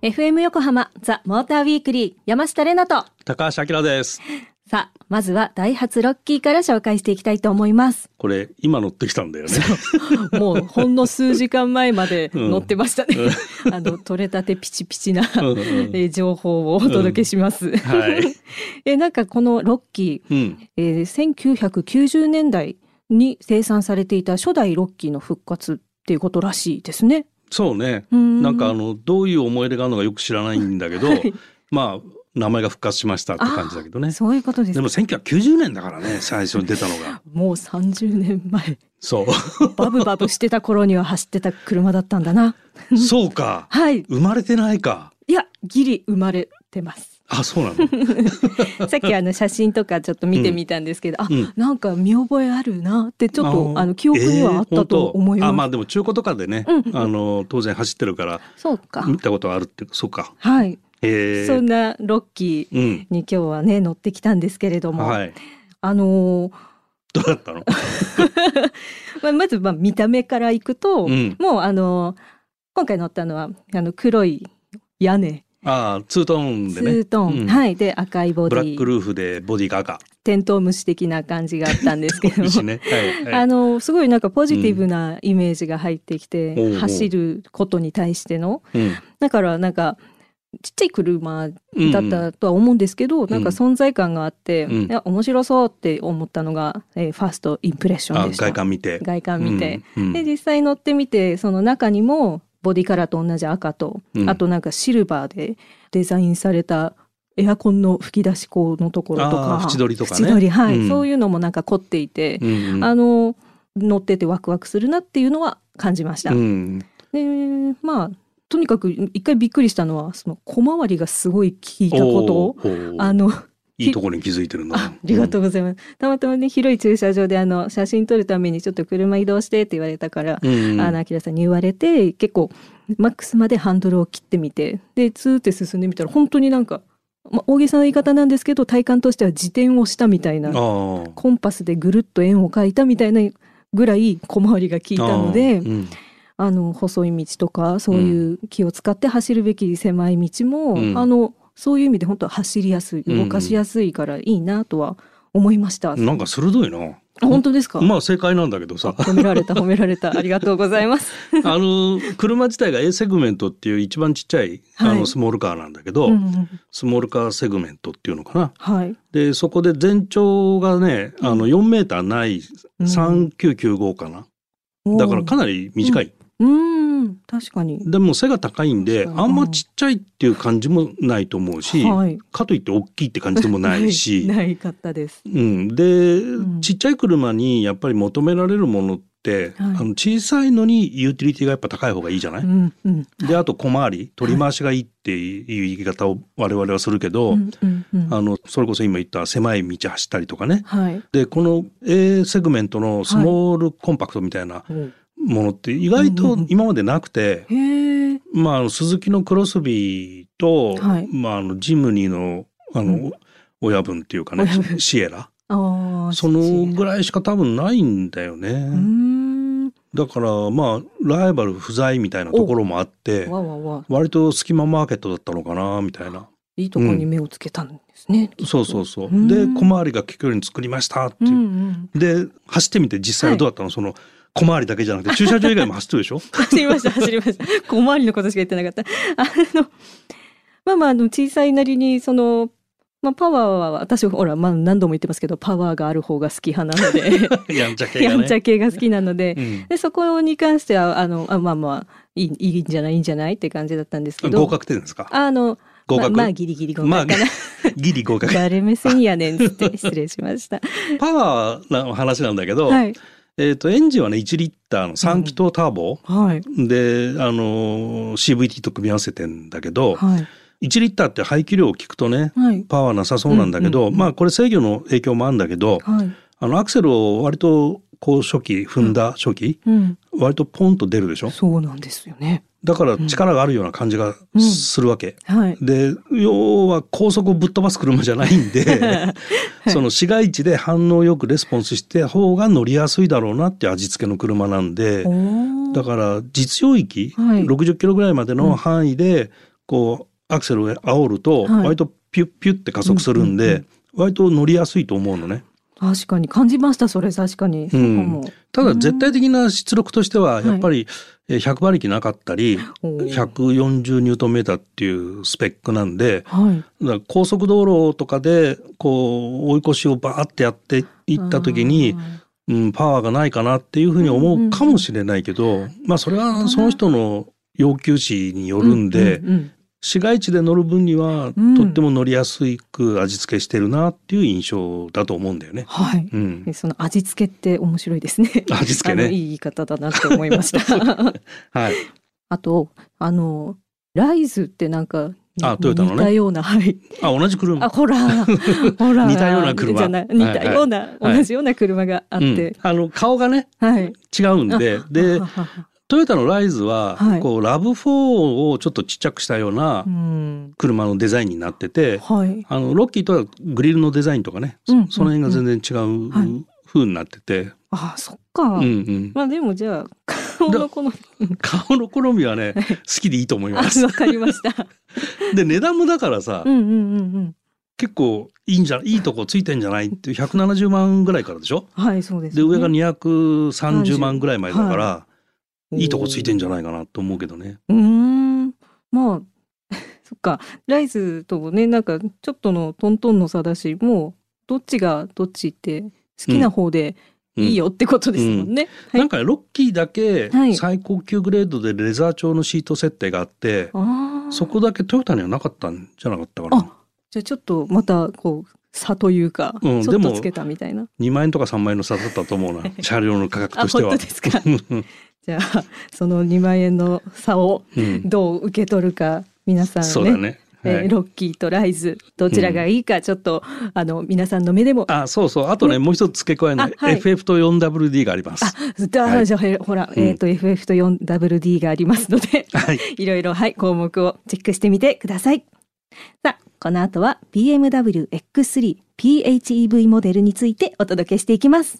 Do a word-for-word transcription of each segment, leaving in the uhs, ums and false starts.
エフエム 横浜ザ・モーターウィークリー山下れなと高橋明です。 さあまずはダイハツロッキーから紹介していきたいと思います。 これ今乗ってきたんだよね。 もうほんの数時間前まで乗ってましたね、うん、あの取れたてピチピチなうん、うんえ情報をお届けします、うんはい、えなんかこのロッキー、うんえー、せんきゅうひゃくきゅうじゅうねんだいに生産されていた初代ロッキーの復活っていうことらしいですね。 そうね。んなんかあのどういう思い出があるのかよく知らないんだけど、はい、まあ名前が復活しましたって感じだけどね。 そういうことですか。 でもせんきゅうひゃくきゅうじゅうねんだからね最初に出たのが。 もうさんじゅうねんまえ。 そうバブバブしてた頃には走ってた車だったんだな。 そうか、はい、生まれてないか。 いやギリ生まれてます。 あ、そうなの。 さっきあの写真とかちょっと見てみたんですけど、うん、あ、うん、なんか見覚えあるなってちょっとあの記憶にはあったと思います。 えー、あ、まあでも中古とかでね、うん、あの当然走ってるからそうか見たことはあるっていうか。そうか、 はい、 えー、 そんなロッキーに今日はね、うん、乗ってきたんですけれども、はい、あのー、 どうだったの？ まあまずまあ見た目からいくと、うん、もうあのー、今回乗ったのはあの黒い屋根、 ああ、ツートーンでね。 ツートーン、うん、はい。で、赤いボディ。 ブラックルーフでボディが赤。 テントウムシ的な感じがあったんですけども。ねはいはい、あの、すごいなんかポジティブなイメージが入ってきて、うん、走ることに対しての。うん、だからなんか、ちっちゃい車だったとは思うんですけど、うん、なんか存在感があって、うん、いや面白そうって思ったのが、えー、ファーストインプレッションでした。 あ、外観見て。 外観見て、うんうん。で、実際乗ってみて、その中にも、ボディカラーと同じ赤と、うん、あとなんかシルバーでデザインされたエアコンの吹き出し口のところとか、 縁取りとかね、 縁取り、はい、うん、そういうのもなんか凝っていて、うんうん、あの乗っててワクワクするなっていうのは感じました。うん、で、まあとにかく一回びっくりしたのはその小回りがすごい効いたことを、あのいいところに気づいてるな。 あ, ありがとうございます、うん、たまたまね広い駐車場であの写真撮るためにちょっと車移動してって言われたから、うんうん、あの明さんに言われて結構マックスまでハンドルを切ってみて、でツーって進んでみたら本当になんか、まあ、大げさな言い方なんですけど体感としては自転をしたみたいな、コンパスでぐるっと円を描いたみたいなぐらい小回りが効いたので、あ、うん、あの細い道とかそういう気を使って走るべき狭い道も、うん、あのそういう意味で本当は走りやすい、動かしやすいからいいなとは思いました。 うん、なんか鋭いな。 本当ですか？ まあ正解なんだけどさ。 褒められた褒められた。ありがとうございます。 あの車自体が A セグメントっていう一番ちっちゃい、はい、あのスモールカーなんだけど、うんうん、スモールカーセグメントっていうのかな。はい、でそこで全長がねあのよんメーターないさんきゅうきゅうごかな。うん、だからかなり短い。 うん、うん確かに。 でも背が高いんであんまちっちゃいっていう感じもないと思うし、はい、かといって大きいって感じでもないしない、ないかったです、 うん、で、うん、ちっちゃい車にやっぱり求められるものって、はい、あの小さいのにユーティリティがやっぱ高い方がいいじゃない、うんうん、であと小回り取り回しがいいっていう言い方を我々はするけど、うんうんうん、あのそれこそ今言った狭い道走ったりとかね、はい、でこの A セグメントのスモールコンパクトみたいな、はいものって意外と今までなくて、うんうん、まあスズキのクロスビーと、はいまあ、あのジムニーのあの、うん、親分っていうかねシエラそのぐらいしか多分ないんだよね。うんだからまあライバル不在みたいなところもあってわわわ割と隙間マーケットだったのかなみたいな。 いいところに目をつけたんですね、 うん、そうそうそうで小回りが利くように作りましたっていう、うんうん、で走ってみて実際はどうだったの、はい、その小回りだけじゃなくて駐車場以外も走ってるでしょ走りました走りました小回りのことしか言ってなかったあのまあまああの小さいなりにその、まあ、パワーは私ほら、まあ、何度も言ってますけどパワーがある方が好き派なのでやんちゃ系がねやんちゃ系が好きなので、うん、でそこに関してはあのあまあまあいい、いいんじゃないいいんじゃないって感じだったんですけど合格点ですか？あの合格、 ま、まあギリギリ合格かな、まあ、ギリ合格誰目線やねんって失礼しましたパワーの話なんだけど、はいえー、とエンジンはねいちリッターのさん気筒ターボ、うんはい、であの シーブイティー と組み合わせてんだけど、はい、いちリッターって排気量を聞くとね、はい、パワーなさそうなんだけど、うんうんうん、まあこれ制御の影響もあるんだけど、はい、あのアクセルを割とこう初期踏んだ初期、うんうん、割とポンと出るでしょ。 そうなんですよね。 だから力があるような感じがするわけ、うんうんはい、で要は高速をぶっ飛ばす車じゃないんで、はい、その市街地で反応よくレスポンスして方が乗りやすいだろうなっていう味付けの車なんでだから実用域、はい、ろくじゅっキロぐらいまでの範囲でこうアクセルを煽ると割とピュッピュッって加速するんで、はいうんうんうん、割と乗りやすいと思うのね。 確かに感じましたそれ確かに、 うん、ただ絶対的な出力としてはやっぱりひゃくばりきなかったり、はい、ひゃくよんじゅうニュートンメーターっていうスペックなんで、はい、だから高速道路とかでこう追い越しをバーってやっていった時に、うん、パワーがないかなっていうふうに思うかもしれないけど、うんうん、まあそれはその人の要求値によるんで、うんうんうん、市街地で乗る分にはとっても乗りやすく味付けしてるなっていう印象だと思うんだよね。 はい、うん、その味付けって面白いですね。 味付けね。 いい言い方だなって思いました。はい。あとあのライズってなんかあトヨタのね似たような、はい、 あ同じ車あほらほら似たような車じゃない似たような、はいはい、同じような車があって、うん、 あの顔がね、はい、違うんででトヨタのライズは、はい、こうラブフォーをちょっとちっちゃくしたような車のデザインになってて、はい、あのロッキーとはグリルのデザインとかね、うんうんうん、その辺が全然違う風になってて、はい、 あそっか、うんうん、まあでもじゃあ顔の好み顔の好みはね好きでいいと思います。 わかりましたで値段もだからさ、 うんうんうんうん、結構いいんじゃいいとこついてんじゃないってひゃくななじゅうまんぐらいからでしょ。 はいそうです、 ね、で上がにひゃくさんじゅうまんぐらい前だから、はい、いいとこついてんじゃないかなと思うけどね。 うーんまあそっかライズとねなんかちょっとのトントンの差だしもうどっちがどっちって好きな方で、うん、いいよってことですもんね、うんはい、 なんかロッキーだけ最高級グレードでレザー調のシート設定があって、はい、そこだけトヨタにはなかったんじゃなかったかな。 あじゃあちょっとまたこう差というか、うん、ちょっとつけたみたいな。 にまんえんとかさんまんえんの差だったと思うな車両の価格としては。 あ本当ですかじゃあそのにまんえんの差をどう受け取るか、うん、皆さんねそうだねはい、 えー、ロッキーとライズどちらがいいかちょっと、うん、あの皆さんの目でもあそうそうあとね、ね、もう一つ付け加えない、はい、エフエフ と よんダブリューディー があります。 あだ、はい、じゃあほら、うん、えーと エフエフ と よんダブリューディー がありますので、はい、いろいろ、はい、項目をチェックしてみてください。さあこの後は ビーエムダブリューエックススリー ピーエイチイーブイ モデルについてお届けしていきます。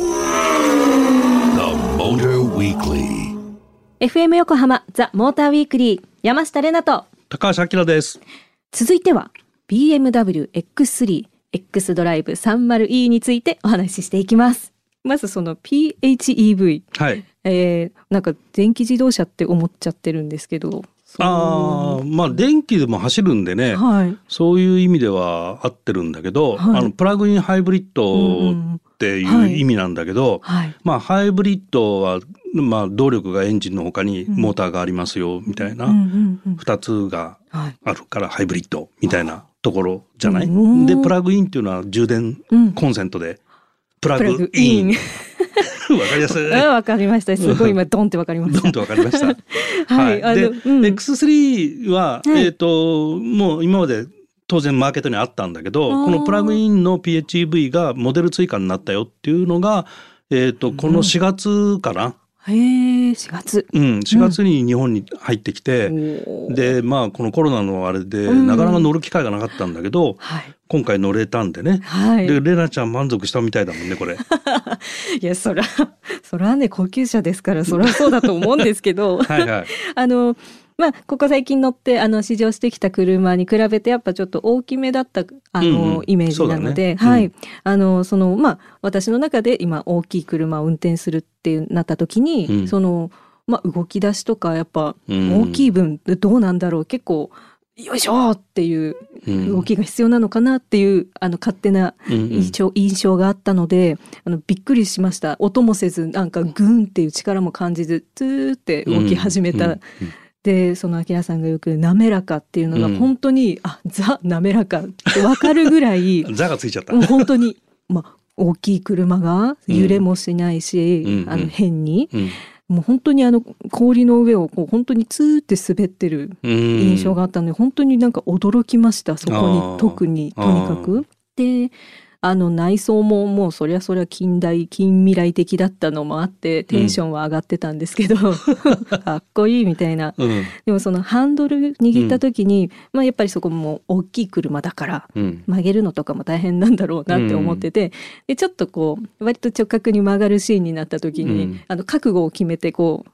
エフエム 横浜ザ・モーターウィークリー山下れなと高橋明です。 続いては ビーエムダブリューエックススリー X ドライブ さんじゅうイー についてお話ししていきます。まずその ピーエイチイーブイ、はいえー、なんか電気自動車って思っちゃってるんですけどあまあ電気でも走るんでね、はい、そういう意味では合ってるんだけど、はい、あのプラグインハイブリッドっていう意味なんだけど、はい、まあハイブリッドはまあ動力がエンジンの他にモーターがありますよみたいなふたつがあるからハイブリッドみたいなところじゃない。でプラグインっていうのは充電コンセントでプラグインわかりやすい。 わかりました。すごい今ドンってわかりました。 ドンとわかりました。はい。はい、で、うん、エックススリー は、はい、えっともう今まで当然マーケットにあったんだけど、このプラグインの ピーエイチイーブイ がモデル追加になったよっていうのが、えっとこのしがつかな。 うん、へえしがつ。 うん、しがつに日本に入ってきて、うん、でまあこのコロナのあれで、うん、なかなか乗る機会がなかったんだけど、はい、今回乗れたんでね、はい、でレナちゃん満足したみたいだもんねこれ。 いやそらそらね高級車ですからそらそうだと思うんですけどはい、はい、あのまあここ最近乗ってあの試乗してきた車に比べてやっぱちょっと大きめだったあの、うんうん、イメージなので、ね、はい、うん、あのそのまあ私の中で今大きい車を運転するってなった時に、うん、そのまあ動き出しとかやっぱ大きい分どうなんだろう、結構よいしょっていう動きが必要なのかなっていう、うん、あの勝手な印象、うんうん、印象があったのであのびっくりしました。音もせずなんかグンっていう力も感じずツーって動き始めた、うんうんうん、でそのアキラさんがよく滑らかっていうのが本当に、うん、あザ滑らかって分かるぐらいザがついちゃったもう本当に、まあ、大きい車が揺れもしないし、うん、あの変に、うんうんもう本当にあの氷の上をこう本当にツーって滑ってる印象があったので本当になんか驚きました。そこに特にとにかくであの内装ももうそりゃそりゃ近代近未来的だったのもあってテンションは上がってたんですけど、うん、かっこいいみたいな、うん、でもそのハンドル握った時に、うんまあ、やっぱりそこも大きい車だから、うん、曲げるのとかも大変なんだろうなって思ってて、うん、でちょっとこう割と直角に曲がるシーンになった時に、うん、あの覚悟を決めてこう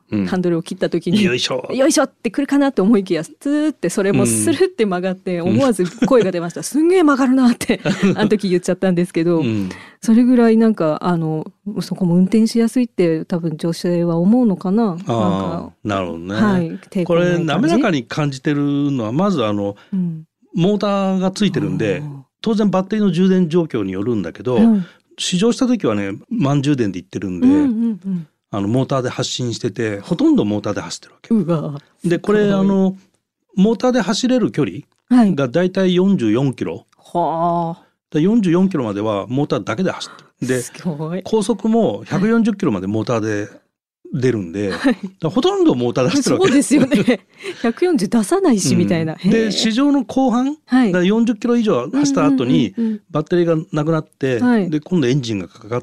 うん、ハンドルを切った時によいしょよいしょってくるかなって思いきや、スーってそれもスルって曲がって思わず声が出ました、うん、すんげえ曲がるなってあの時言っちゃったんですけど、うん、それぐらいなんかあのそこも運転しやすいって多分女性は思うのかな。 あなんかなるほどね、はい、これ滑らかに感じてるのはまずあの、うん、モーターがついてるんで当然バッテリーの充電状況によるんだけど、うん、試乗した時はね満充電でいってるんで、うんうんうん、あのモーターで発進しててほとんどモーターで走ってるわけ。 うわでこれあのモーターで走れる距離がだいたいよんじゅうよんキロ、はい、よんじゅうよんキロまではモーターだけで走ってる。ですごい。 高速もひゃくよんじゅっキロまでモーターで出るんで、はい、ほとんどモーターで走ってるわけ。 そうですよねひゃくよんじゅう出さないし、うん、みたいな。 で市場の後半、はい、だよんじゅっキロ以上走った後にバッテリーがなくなって、はい、で今度エンジンがかかって、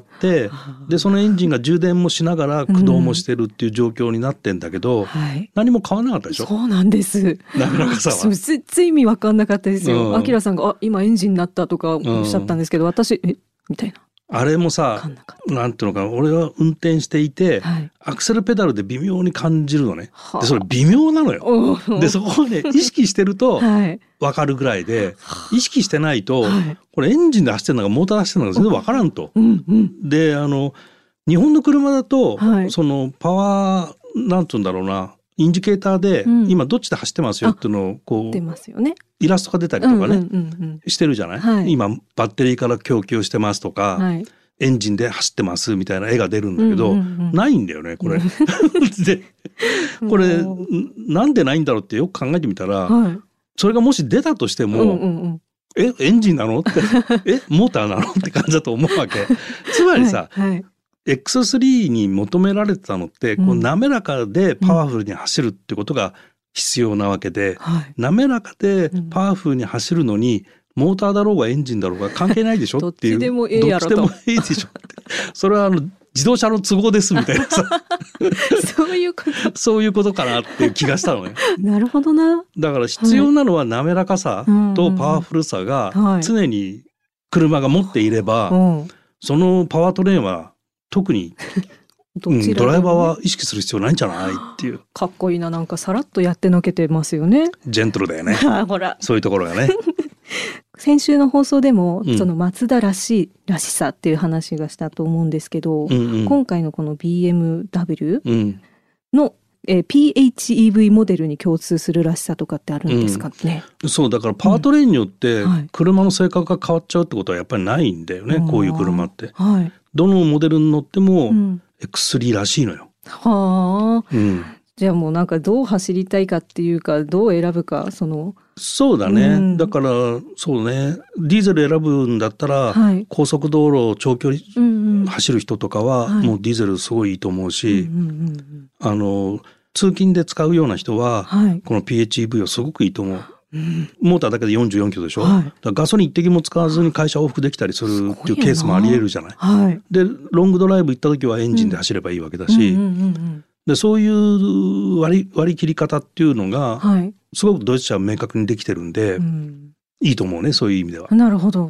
はい、でそのエンジンが充電もしながら駆動もしてるっていう状況になってんだけど、うんはい、何も変わらなかったでしょ。 そうなんです。 滑らかさは全然意味わかんなかったですよ。あきらさんがあ今エンジンになったとかおっしゃったんですけど、うん、私えみたいな。 あれもさ、なんていうのかな、俺が運転していて、はい、アクセルペダルで微妙に感じるのね。で、それ微妙なのよ。で、そこをね、意識してると分かるぐらいで、はい、意識してないと、はい、これエンジンで走ってるのかモーターで走ってるのか全然分からんと。うんうん、で、あの、日本の車だと、はい、そのパワー、なんていうんだろうな、インジケーターで、うん、今どっちで走ってますよっていうのをこう出ますよね。 イラストが出たりとかね、うんうんうんうん、してるじゃない、はい、今バッテリーから供給してますとか、はい、エンジンで走ってますみたいな絵が出るんだけど、うんうんうん、ないんだよねこれでこれなんでないんだろうってよく考えてみたら、はい、それがもし出たとしても、うんうんうん、えエンジンなのってえモーターなのって感じだと思うわけ。つまりさ、はいはい、エックススリー に求められてたのって、うん、こう滑らかでパワフルに走るってことが必要なわけで、うんはい、滑らかでパワフルに走るのに、うん、モーターだろうがエンジンだろうが関係ないでしょっていう。 どっちでもええやろと。 どっちでもいいでしょって。それはあの自動車の都合ですみたいなさそういうことそういうことかなっていう気がしたのね。 なるほどな。 だから必要なのは滑らかさとパワフルさが常に車が持っていれば、はい、そのパワートレーンは特にうん、ドライバーは意識する必要ないんじゃないっていう。 かっこいいな。なんかさらっとやってのけてますよね。 ジェントルだよねほらそういうところがね先週の放送でも、うん、そのマツダらしいらしさっていう話がしたと思うんですけど、うんうん、今回のこの ビーエムダブリュー の、うんえー、ピーエイチイーブイ モデルに共通するらしさとかってあるんですかね、 うん、そうだからパワートレインによって車の性格が変わっちゃうってことはやっぱりないんだよね、うん、こういう車って、はい、どのモデルに乗っても エックススリー らしいのよ。 はあ、うん、じゃあもうなんかどう走りたいかっていうかどう選ぶかそのそうだね、うん、だからそうねディーゼル選ぶんだったら、はい、高速道路を長距離走る人とかは、うんうん、もうディーゼルすごいいいと思うし、うんうんうん、あの通勤で使うような人は、はい、この ピーエイチイーブイ はすごくいいと思う、うん、モーターだけでよんじゅうよんキロでしょ、はい、だからガソリン一滴も使わずに会社往復できたりするっていうケースもあり得るじゃない、はい、でロングドライブ行った時はエンジンで走ればいいわけだし、うんうんうんうん、でそういう割り、割り切り方っていうのが、はい、すごくドイツ車は明確にできてるんで、うん、いいと思うねそういう意味では。 なるほど。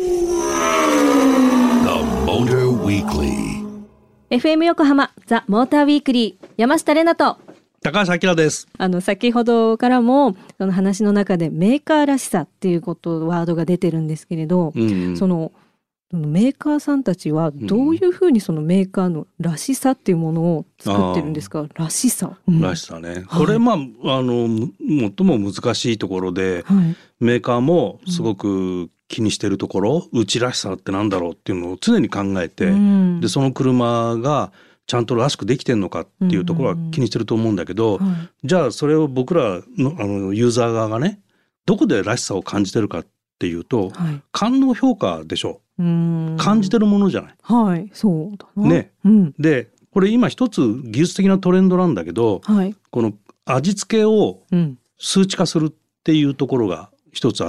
エフエム 横浜ザ・モーターウィークリー山下れなと高橋明です。 あの先ほどからもその話の中でメーカーらしさっていうことワードが出てるんですけれど、うんうん、そのメーカーさんたちはどういうふうにそのメーカーのらしさっていうものを作ってるんですか。らしさ、 うん、らしさね、これまあ、はい、あの最も難しいところで、はい、メーカーもすごく気にしてるところ、うん、うちらしさってなんだろうっていうのを常に考えて、うん、でその車がちゃんとらしくできてんのかっていうところは気にしてると思うんだけど、うんうんはい、じゃあそれを僕らの、あのユーザー側がねどこでらしさを感じてるかっていうと、はい、官能評価でしょ。うーん感じてるものじゃない。 はい、そうだな。 ね、うん、でこれ今一つ技術的なトレンドなんだけど、はい、この味付けを数値化するっていうところが一つあって、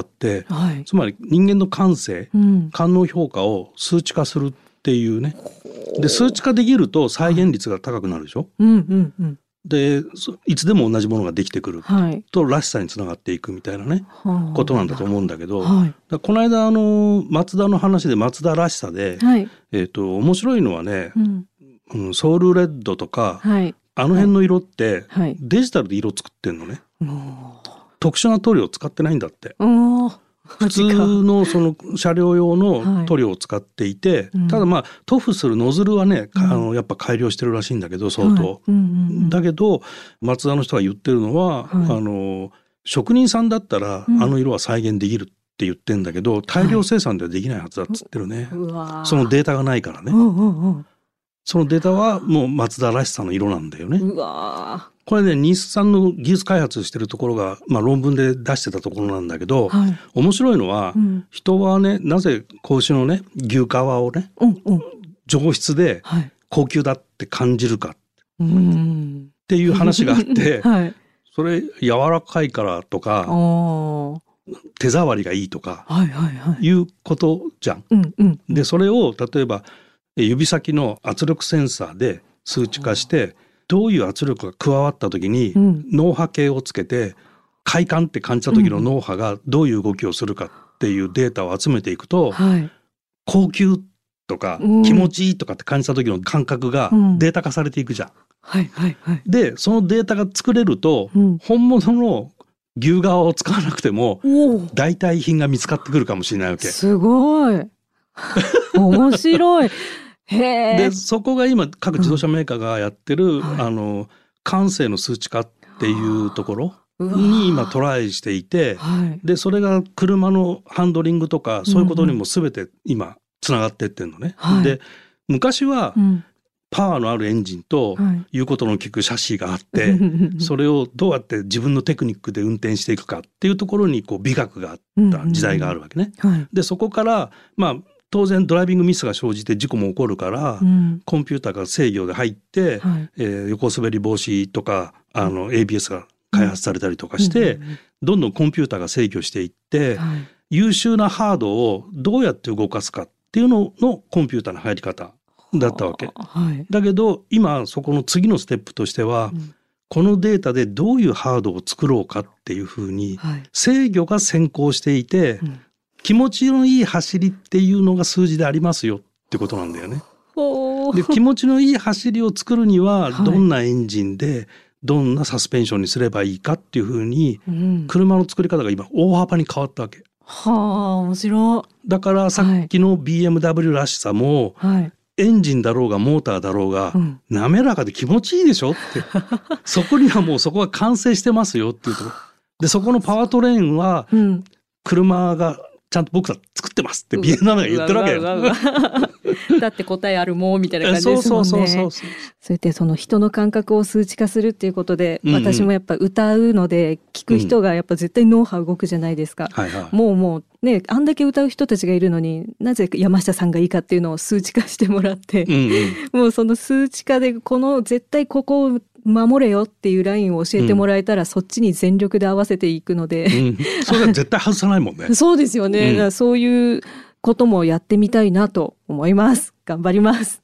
はい、つまり人間の感性、うん、官能評価を数値化するっていうね。で数値化できると再現率が高くなるでしょ、はいうんうんうん、でいつでも同じものができてくるとらしさにつながっていくみたいなね、はい、ことなんだと思うんだけど、はい、だこの間あのマツダの話でマツダらしさで、はいえー、と面白いのはね、うん、ソウルレッドとか、はい、 あの辺の色ってデジタルで色作ってんのね、はい、特殊な塗料を使ってないんだって。普通のその車両用の塗料を使っていて、はい、ただまあ塗布するノズルはね、うん、あのやっぱ改良してるらしいんだけど相当、はいうんうんうん、だけどマツダの人が言ってるのは、はい、あの職人さんだったらあの色は再現できるって言ってんだけど、うん、大量生産ではできないはずだっつってるね、はい、そのデータがないからね、うんうんうん、そのデータはもうマツダらしさの色なんだよね。うわこれね日産の技術開発してるところが、まあ、論文で出してたところなんだけど、はい、面白いのは、うん、人はねなぜ子牛のね牛皮をね、うんうん、上質で高級だって感じるかっていう話があって、はい、それ柔らかいからとか手触りがいいとかいうことじゃん。うんうん、でそれを例えば指先の圧力センサーで数値化してどういう圧力が加わった時に脳波計をつけて快感って感じた時の脳波がどういう動きをするかっていうデータを集めていくと、はい、高級とか気持ちいいとかって感じた時の感覚がデータ化されていくじゃん。はいはいはい、でそのデータが作れると、うん、本物の牛革を使わなくても代替品が見つかってくるかもしれないわけ。 すごい面白い。へでそこが今各自動車メーカーがやってる、うんはい、あの感性の数値化っていうところに今トライしていて、はい、でそれが車のハンドリングとかそういうことにも全て今つながってってんのね、うんうん、で昔は、うんパワーのあるエンジンということの効くシャシーがあって、はい、それをどうやって自分のテクニックで運転していくかっていうところにこう美学があった時代があるわけね、うんうんはい、でそこからまあ当然ドライビングミスが生じて事故も起こるから、うん、コンピューターが制御で入って、はいえー、横滑り防止とかあの エービーエス が開発されたりとかして、うん、どんどんコンピューターが制御していって、はい、優秀なハードをどうやって動かすかっていうののコンピューターの入り方だったわけ、はい、だけど今そこの次のステップとしては、うん、このデータでどういうハードを作ろうかっていうふうに制御が先行していて、うん、気持ちのいい走りっていうのが数字でありますよってことなんだよね。で気持ちのいい走りを作るにはどんなエンジンでどんなサスペンションにすればいいかっていうふうに、うん、車の作り方が今大幅に変わったわけ。 はあ面白い。 だからさっきの ビーエムダブリュー らしさも、はいエンジンだろうがモーターだろうが、うん、滑らかで気持ちいいでしょってそこにはもうそこは完成してますよっていうところでそこのパワートレーンは車がちゃんと僕ら作ってますって ビーエムダブリュー が言ってるわけよ。うわうわうわだって答えあるもんみたいな感じですもんね。そうそうそうそう。そうやってその人の感覚を数値化するっていうことで、うんうん、私もやっぱ歌うので聞く人がやっぱ絶対脳波動くじゃないですか、うんはいはい、もうもうねあんだけ歌う人たちがいるのになぜ山下さんがいいかっていうのを数値化してもらって、うんうん、もうその数値化でこの絶対ここを守れよっていうラインを教えてもらえたら、うん、そっちに全力で合わせていくので、うん、 それは絶対外さないもんねそうですよね、うん、だからそういうこともやってみたいなと思います。頑張ります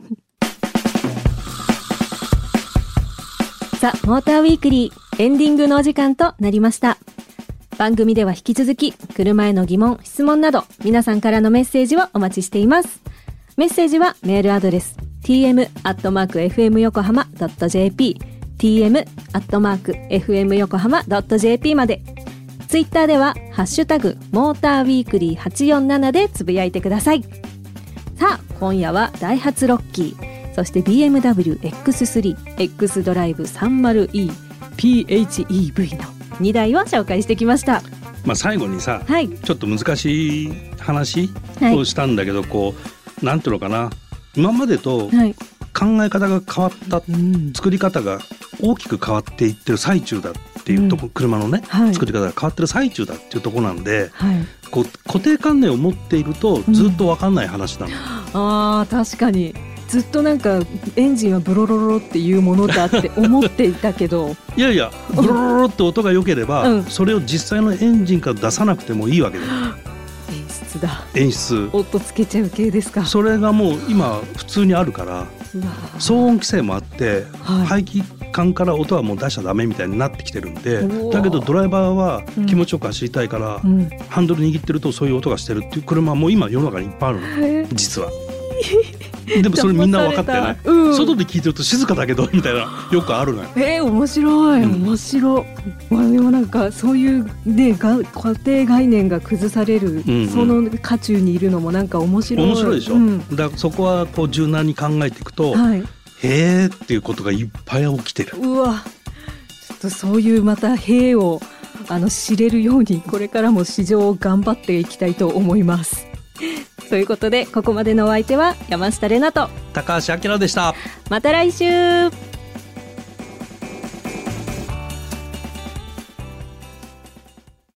さあモーターウィークリーエンディングのお時間となりました。番組では引き続き車への疑問質問など皆さんからのメッセージをお待ちしています。メッセージはメールアドレス ティーエム アットマーク エフエム 横浜 ドット ジェーピー ティーエム アットマーク エフエム 横浜 ドット ジェーピー まで。ツイッターではハッシュタグモーターウィークリーはちよんななでつぶやいてください。さあ今夜はダイハツロッキーそして ビーエムダブリューエックススリー X ドライブ さんじゅうイー ピーエイチイーブイ のにだいを紹介してきました。 まあ、最後にさ、はい、ちょっと難しい話をしたんだけど、はい、こうなんていうのかな今までと考え方が変わった、うん、作り方が大きく変わっていってる最中だっていうとこ、うん、車のね、はい、作り方が変わってる最中だっていうところなんで、はい、こう固定観念を持っているとずっと分かんない話なの、うん、 あ確かにずっとなんかエンジンはブロロロっていうものだって思っていたけどいやいやブロロロって音が良ければ、うん、それを実際のエンジンから出さなくてもいいわけだよ。 演出だ演出音つけちゃう系ですか。 それがもう今普通にあるから騒音規制もあって、はい、排気管から音はもう出しちゃダメみたいになってきてるんでだけどドライバーは気持ちよく走りたいから、うん、ハンドル握ってるとそういう音がしてるっていう車も今世の中にいっぱいあるの実はでもそれみんな分かってない、うん、外で聞いてると静かだけどみたいなよくあるのよ。 えー、面白い面白い、うん、でもなんかそういうねが固定概念が崩される、うんうん、その渦中にいるのもなんか面白い。 面白いでしょ、うん、だからそこはこう柔軟に考えていくと、はい、へーっていうことがいっぱい起きてる。 うわちょっとそういうまたへーをあの知れるようにこれからも市場を頑張っていきたいと思いますということでここまでのお相手は山下玲奈と高橋明でした。 また来週。